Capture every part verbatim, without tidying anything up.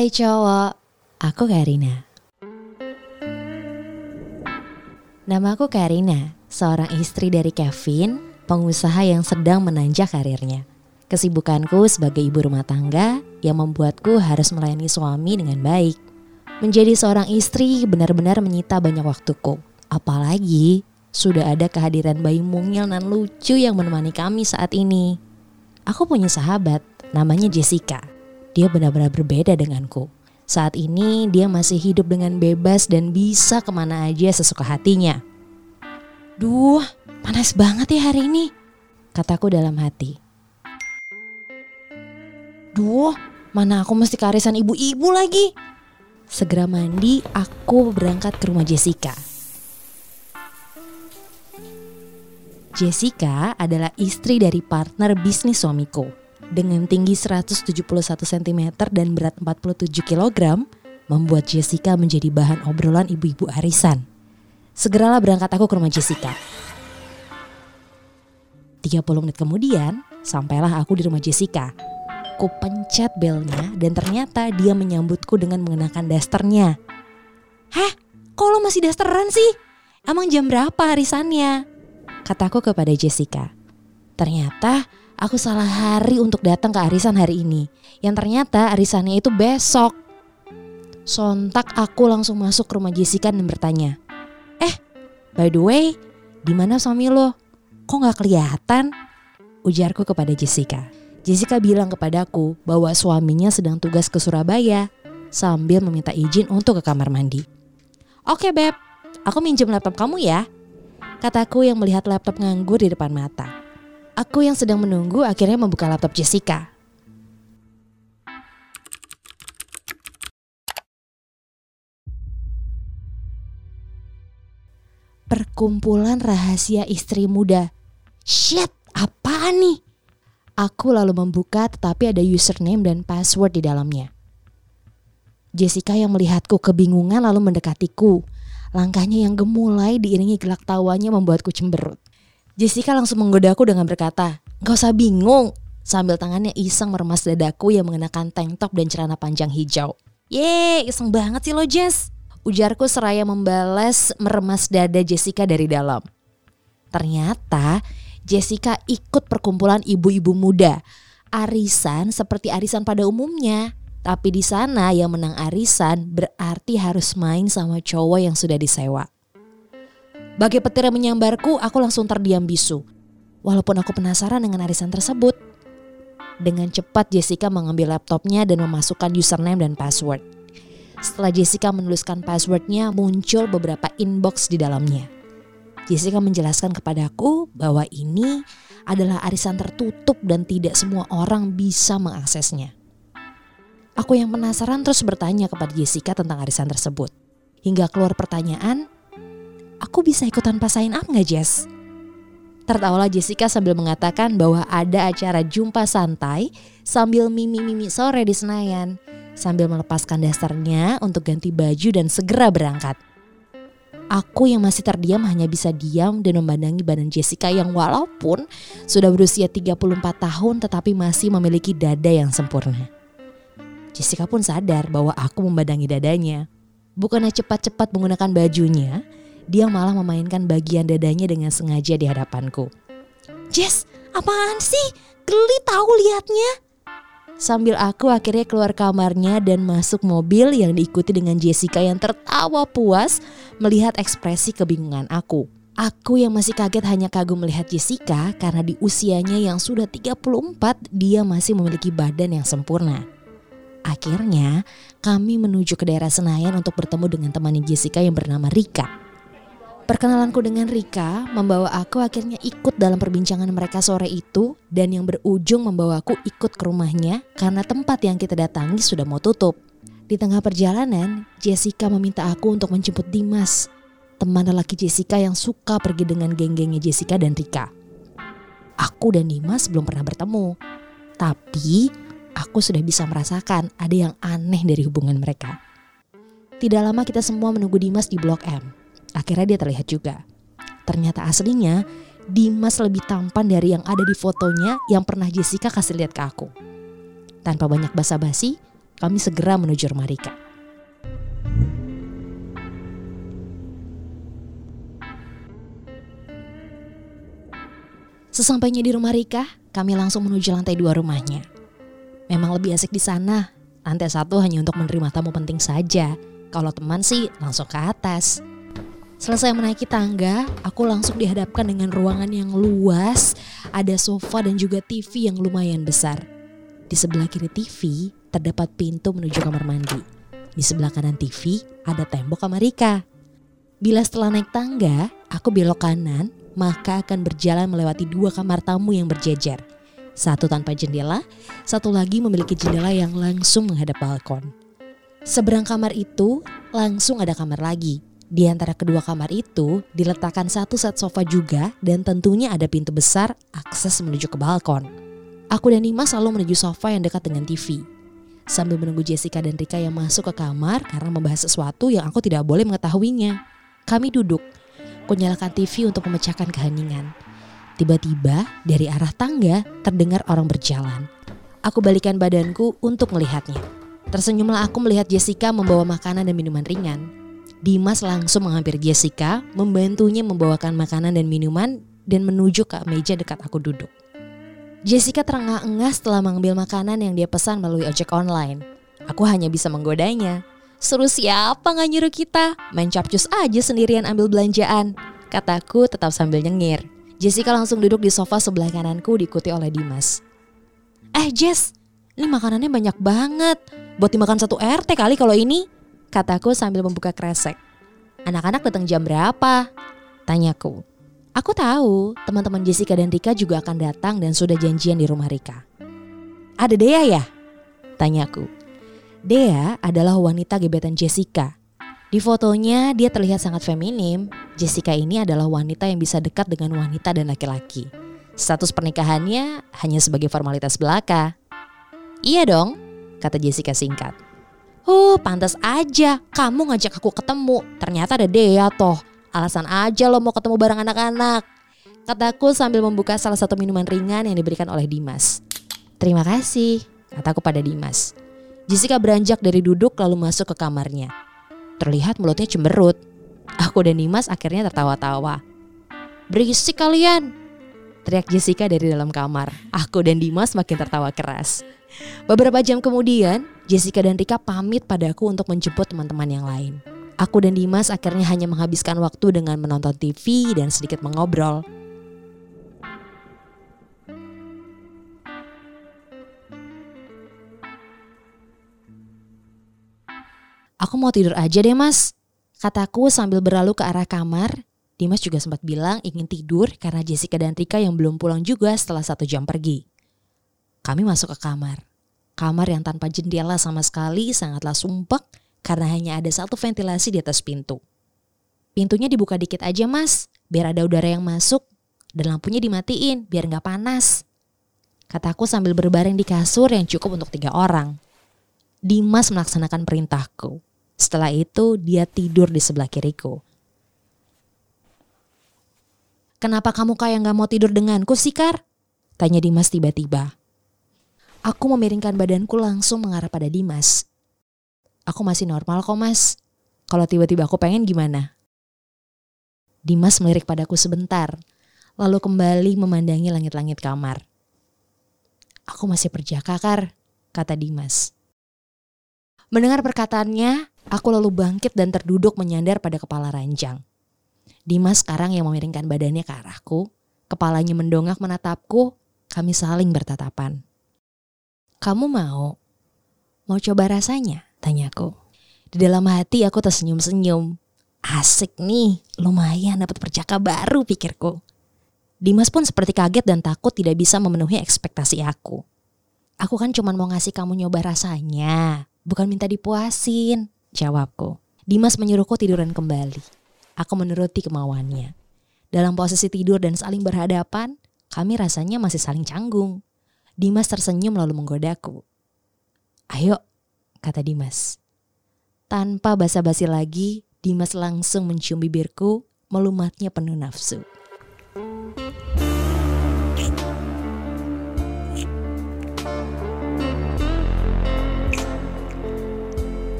Hai cowok, aku Karina. Nama aku Karina, seorang istri dari Kevin, pengusaha yang sedang menanjak karirnya. Kesibukanku sebagai ibu rumah tangga yang membuatku harus melayani suami dengan baik. Menjadi seorang istri benar-benar menyita banyak waktuku. Apalagi sudah ada kehadiran bayi mungil nan lucu yang menemani kami saat ini. Aku punya sahabat, namanya Jessica. Dia benar-benar berbeda denganku. Saat ini dia masih hidup dengan bebas dan bisa kemana aja sesuka hatinya. Duh, panas banget ya hari ini, kataku dalam hati. Duh, mana aku mesti ke arisan ibu-ibu lagi. Segera mandi, aku berangkat ke rumah Jessica. Jessica adalah istri dari partner bisnis suamiku. Dengan tinggi seratus tujuh puluh satu sentimeter dan berat empat puluh tujuh kilogram, membuat Jessica menjadi bahan obrolan ibu-ibu arisan. Segeralah berangkat aku ke rumah Jessica. tiga puluh menit kemudian, sampailah aku di rumah Jessica. Ku pencet belnya dan ternyata dia menyambutku dengan mengenakan dasternya. Heh, kok lo masih dasteran sih? Emang jam berapa arisannya? Kataku kepada Jessica. Ternyata aku salah hari untuk datang ke arisan hari ini. Yang ternyata arisannya itu besok. Sontak aku langsung masuk ke rumah Jessica dan bertanya, Eh, by the way, di mana suami lo? Kok gak kelihatan? Ujarku kepada Jessica. Jessica bilang kepadaku bahwa suaminya sedang tugas ke Surabaya sambil meminta izin untuk ke kamar mandi. Oke beb, aku minjem laptop kamu ya, kataku yang melihat laptop nganggur di depan mata. Aku yang sedang menunggu akhirnya membuka laptop Jessica. Perkumpulan rahasia istri muda. Shit, apaan nih? Aku lalu membuka tetapi ada username dan password di dalamnya. Jessica yang melihatku kebingungan lalu mendekatiku. Langkahnya yang gemulai diiringi gelak tawanya membuatku cemberut. Jessica langsung menggodaku dengan berkata, "Gak usah bingung," sambil tangannya iseng meremas dadaku yang mengenakan tank top dan celana panjang hijau. Yeay, iseng banget sih lo Jess, ujarku seraya membalas meremas dada Jessica dari dalam. Ternyata Jessica ikut perkumpulan ibu-ibu muda. Arisan seperti arisan pada umumnya. Tapi di sana yang menang arisan berarti harus main sama cowok yang sudah disewa. Bagai petir yang menyambarku, aku langsung terdiam bisu. Walaupun aku penasaran dengan arisan tersebut. Dengan cepat Jessica mengambil laptopnya dan memasukkan username dan password. Setelah Jessica menuliskan passwordnya, muncul beberapa inbox di dalamnya. Jessica menjelaskan kepadaku bahwa ini adalah arisan tertutup dan tidak semua orang bisa mengaksesnya. Aku yang penasaran terus bertanya kepada Jessica tentang arisan tersebut. Hingga keluar pertanyaan, aku bisa ikutan pas sign up gak Jess? Tertawalah Jessica sambil mengatakan bahwa ada acara jumpa santai sambil mimi-mimi sore di Senayan. Sambil melepaskan dasarnya untuk ganti baju dan segera berangkat. Aku yang masih terdiam hanya bisa diam dan memandangi badan Jessica yang walaupun sudah berusia tiga puluh empat tahun tetapi masih memiliki dada yang sempurna. Jessica pun sadar bahwa aku memandangi dadanya. Bukannya cepat-cepat menggunakan bajunya, dia malah memainkan bagian dadanya dengan sengaja di hadapanku. Jess, apaan sih? Geli tahu liatnya. Sambil aku akhirnya keluar kamarnya dan masuk mobil yang diikuti dengan Jessica yang tertawa puas melihat ekspresi kebingungan aku. Aku yang masih kaget hanya kagum melihat Jessica karena di usianya yang sudah tiga puluh empat dia masih memiliki badan yang sempurna. Akhirnya kami menuju ke daerah Senayan untuk bertemu dengan temannya Jessica yang bernama Rika. Perkenalanku dengan Rika membawa aku akhirnya ikut dalam perbincangan mereka sore itu dan yang berujung membawaku ikut ke rumahnya karena tempat yang kita datangi sudah mau tutup. Di tengah perjalanan, Jessica meminta aku untuk menjemput Dimas, teman lelaki Jessica yang suka pergi dengan geng-gengnya Jessica dan Rika. Aku dan Dimas belum pernah bertemu, tapi aku sudah bisa merasakan ada yang aneh dari hubungan mereka. Tidak lama kita semua menunggu Dimas di Blok M. Akhirnya dia terlihat juga. Ternyata aslinya Dimas lebih tampan dari yang ada di fotonya yang pernah Jessica kasih lihat ke aku. Tanpa banyak basa-basi, Kami segera menuju rumah Rika. Sesampainya di rumah Rika, kami langsung menuju lantai dua rumahnya. Memang lebih asik di sana. Lantai satu hanya untuk menerima tamu penting saja. Kalau teman sih langsung ke atas. Selesai menaiki tangga, aku langsung dihadapkan dengan ruangan yang luas. Ada sofa dan juga T V yang lumayan besar. Di sebelah kiri T V terdapat pintu menuju kamar mandi. Di sebelah kanan T V ada tembok kamar Rika. Bila setelah naik tangga, aku belok kanan, maka akan berjalan melewati dua kamar tamu yang berjejer. Satu tanpa jendela, satu lagi memiliki jendela yang langsung menghadap balkon. Seberang kamar itu langsung ada kamar lagi. Di antara kedua kamar itu diletakkan satu set sofa juga dan tentunya ada pintu besar akses menuju ke balkon. Aku dan Dimas selalu menuju sofa yang dekat dengan T V. Sambil menunggu Jessica dan Rika yang masuk ke kamar karena membahas sesuatu yang aku tidak boleh mengetahuinya. Kami duduk. Aku nyalakan T V untuk memecahkan keheningan. Tiba-tiba dari arah tangga terdengar orang berjalan. Aku balikan badanku untuk melihatnya. Tersenyumlah aku melihat Jessica membawa makanan dan minuman ringan. Dimas langsung menghampiri Jessica, membantunya membawakan makanan dan minuman dan menuju ke meja dekat aku duduk. Jessica terengah-engah setelah mengambil makanan yang dia pesan melalui ojek online. Aku hanya bisa menggodanya. Suruh siapa gak nyuruh kita? Main capcus aja sendirian ambil belanjaan, kataku tetap sambil nyengir. Jessica langsung duduk di sofa sebelah kananku diikuti oleh Dimas. Eh Jess, ini makanannya banyak banget. Buat dimakan satu R T kali kalau ini, kataku sambil membuka kresek. Anak-anak datang jam berapa? Tanyaku. Aku tahu teman-teman Jessica dan Rika juga akan datang dan sudah janjian di rumah Rika. Ada Dea ya? Tanyaku. Dea adalah wanita gebetan Jessica. Di fotonya dia terlihat sangat feminim. Jessica ini adalah wanita yang bisa dekat dengan wanita dan laki-laki. Status pernikahannya hanya sebagai formalitas belaka. Iya dong, kata Jessica singkat. Oh, pantas aja kamu ngajak aku ketemu. Ternyata ada Dea toh. Alasan aja lo mau ketemu bareng anak-anak, kataku sambil membuka salah satu minuman ringan yang diberikan oleh Dimas. Terima kasih, kataku pada Dimas. Jessica beranjak dari duduk lalu masuk ke kamarnya. Terlihat mulutnya cemberut. Aku dan Dimas akhirnya tertawa-tawa. Berisik kalian, teriak Jessica dari dalam kamar. Aku dan Dimas makin tertawa keras. Beberapa jam kemudian, Jessica dan Rika pamit padaku untuk menjemput teman-teman yang lain. Aku dan Dimas akhirnya hanya menghabiskan waktu dengan menonton T V dan sedikit mengobrol. Aku mau tidur aja deh mas, kataku sambil berlalu ke arah kamar. Dimas juga sempat bilang ingin tidur karena Jessica dan Rika yang belum pulang juga setelah satu jam pergi. Kami masuk ke kamar. Kamar yang tanpa jendela sama sekali sangatlah sumpek karena hanya ada satu ventilasi di atas pintu. Pintunya dibuka dikit aja mas, biar ada udara yang masuk, dan lampunya dimatiin biar gak panas, kataku sambil berbaring di kasur yang cukup untuk tiga orang. Dimas melaksanakan perintahku. Setelah itu dia tidur di sebelah kiriku. Kenapa kamu kayak gak mau tidur denganku sih Kar? Tanya Dimas tiba-tiba. Aku memiringkan badanku langsung mengarah pada Dimas. Aku masih normal kok mas. Kalau tiba-tiba aku pengen gimana? Dimas melirik padaku sebentar, lalu kembali memandangi langit-langit kamar. Aku masih perjaka Kar, kata Dimas. Mendengar perkataannya, aku lalu bangkit dan terduduk menyandar pada kepala ranjang. Dimas sekarang yang memiringkan badannya ke arahku, kepalanya mendongak menatapku, kami saling bertatapan. Kamu mau? Mau coba rasanya? Tanyaku. Di dalam hati aku tersenyum-senyum. Asik nih, lumayan dapat perjaka baru pikirku. Dimas pun seperti kaget dan takut tidak bisa memenuhi ekspektasi aku. Aku kan cuma mau ngasih kamu nyoba rasanya, bukan minta dipuasin, jawabku. Dimas menyuruhku tiduran kembali. Aku menuruti kemauannya. Dalam posisi tidur dan saling berhadapan, kami rasanya masih saling canggung. Dimas tersenyum lalu menggodaku. Ayo, kata Dimas. Tanpa basa-basi lagi, Dimas langsung mencium bibirku, melumatnya penuh nafsu.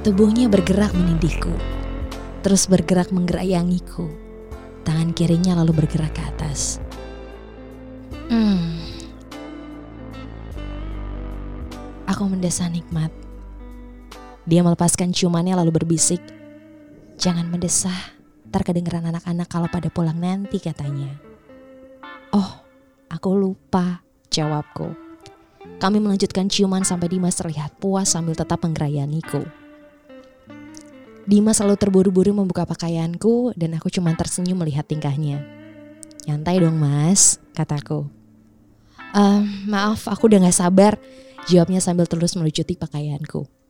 Tubuhnya bergerak menindihku, terus bergerak menggerayangiku. Tangan kirinya lalu bergerak ke atas. Hmm. Aku mendesah nikmat. Dia melepaskan ciumannya lalu berbisik, "Jangan mendesah, ntar kedengeran anak-anak kalau pada pulang nanti," katanya. "Oh, aku lupa," jawabku. Kami melanjutkan ciuman sampai Dimas terlihat puas sambil tetap menggerayangiku. Dimas selalu terburu-buru membuka pakaianku dan aku cuma tersenyum melihat tingkahnya. "Nyantai dong mas," kataku. ehm, "Maaf, aku udah gak sabar," jawabnya sambil terus melucuti pakaianku.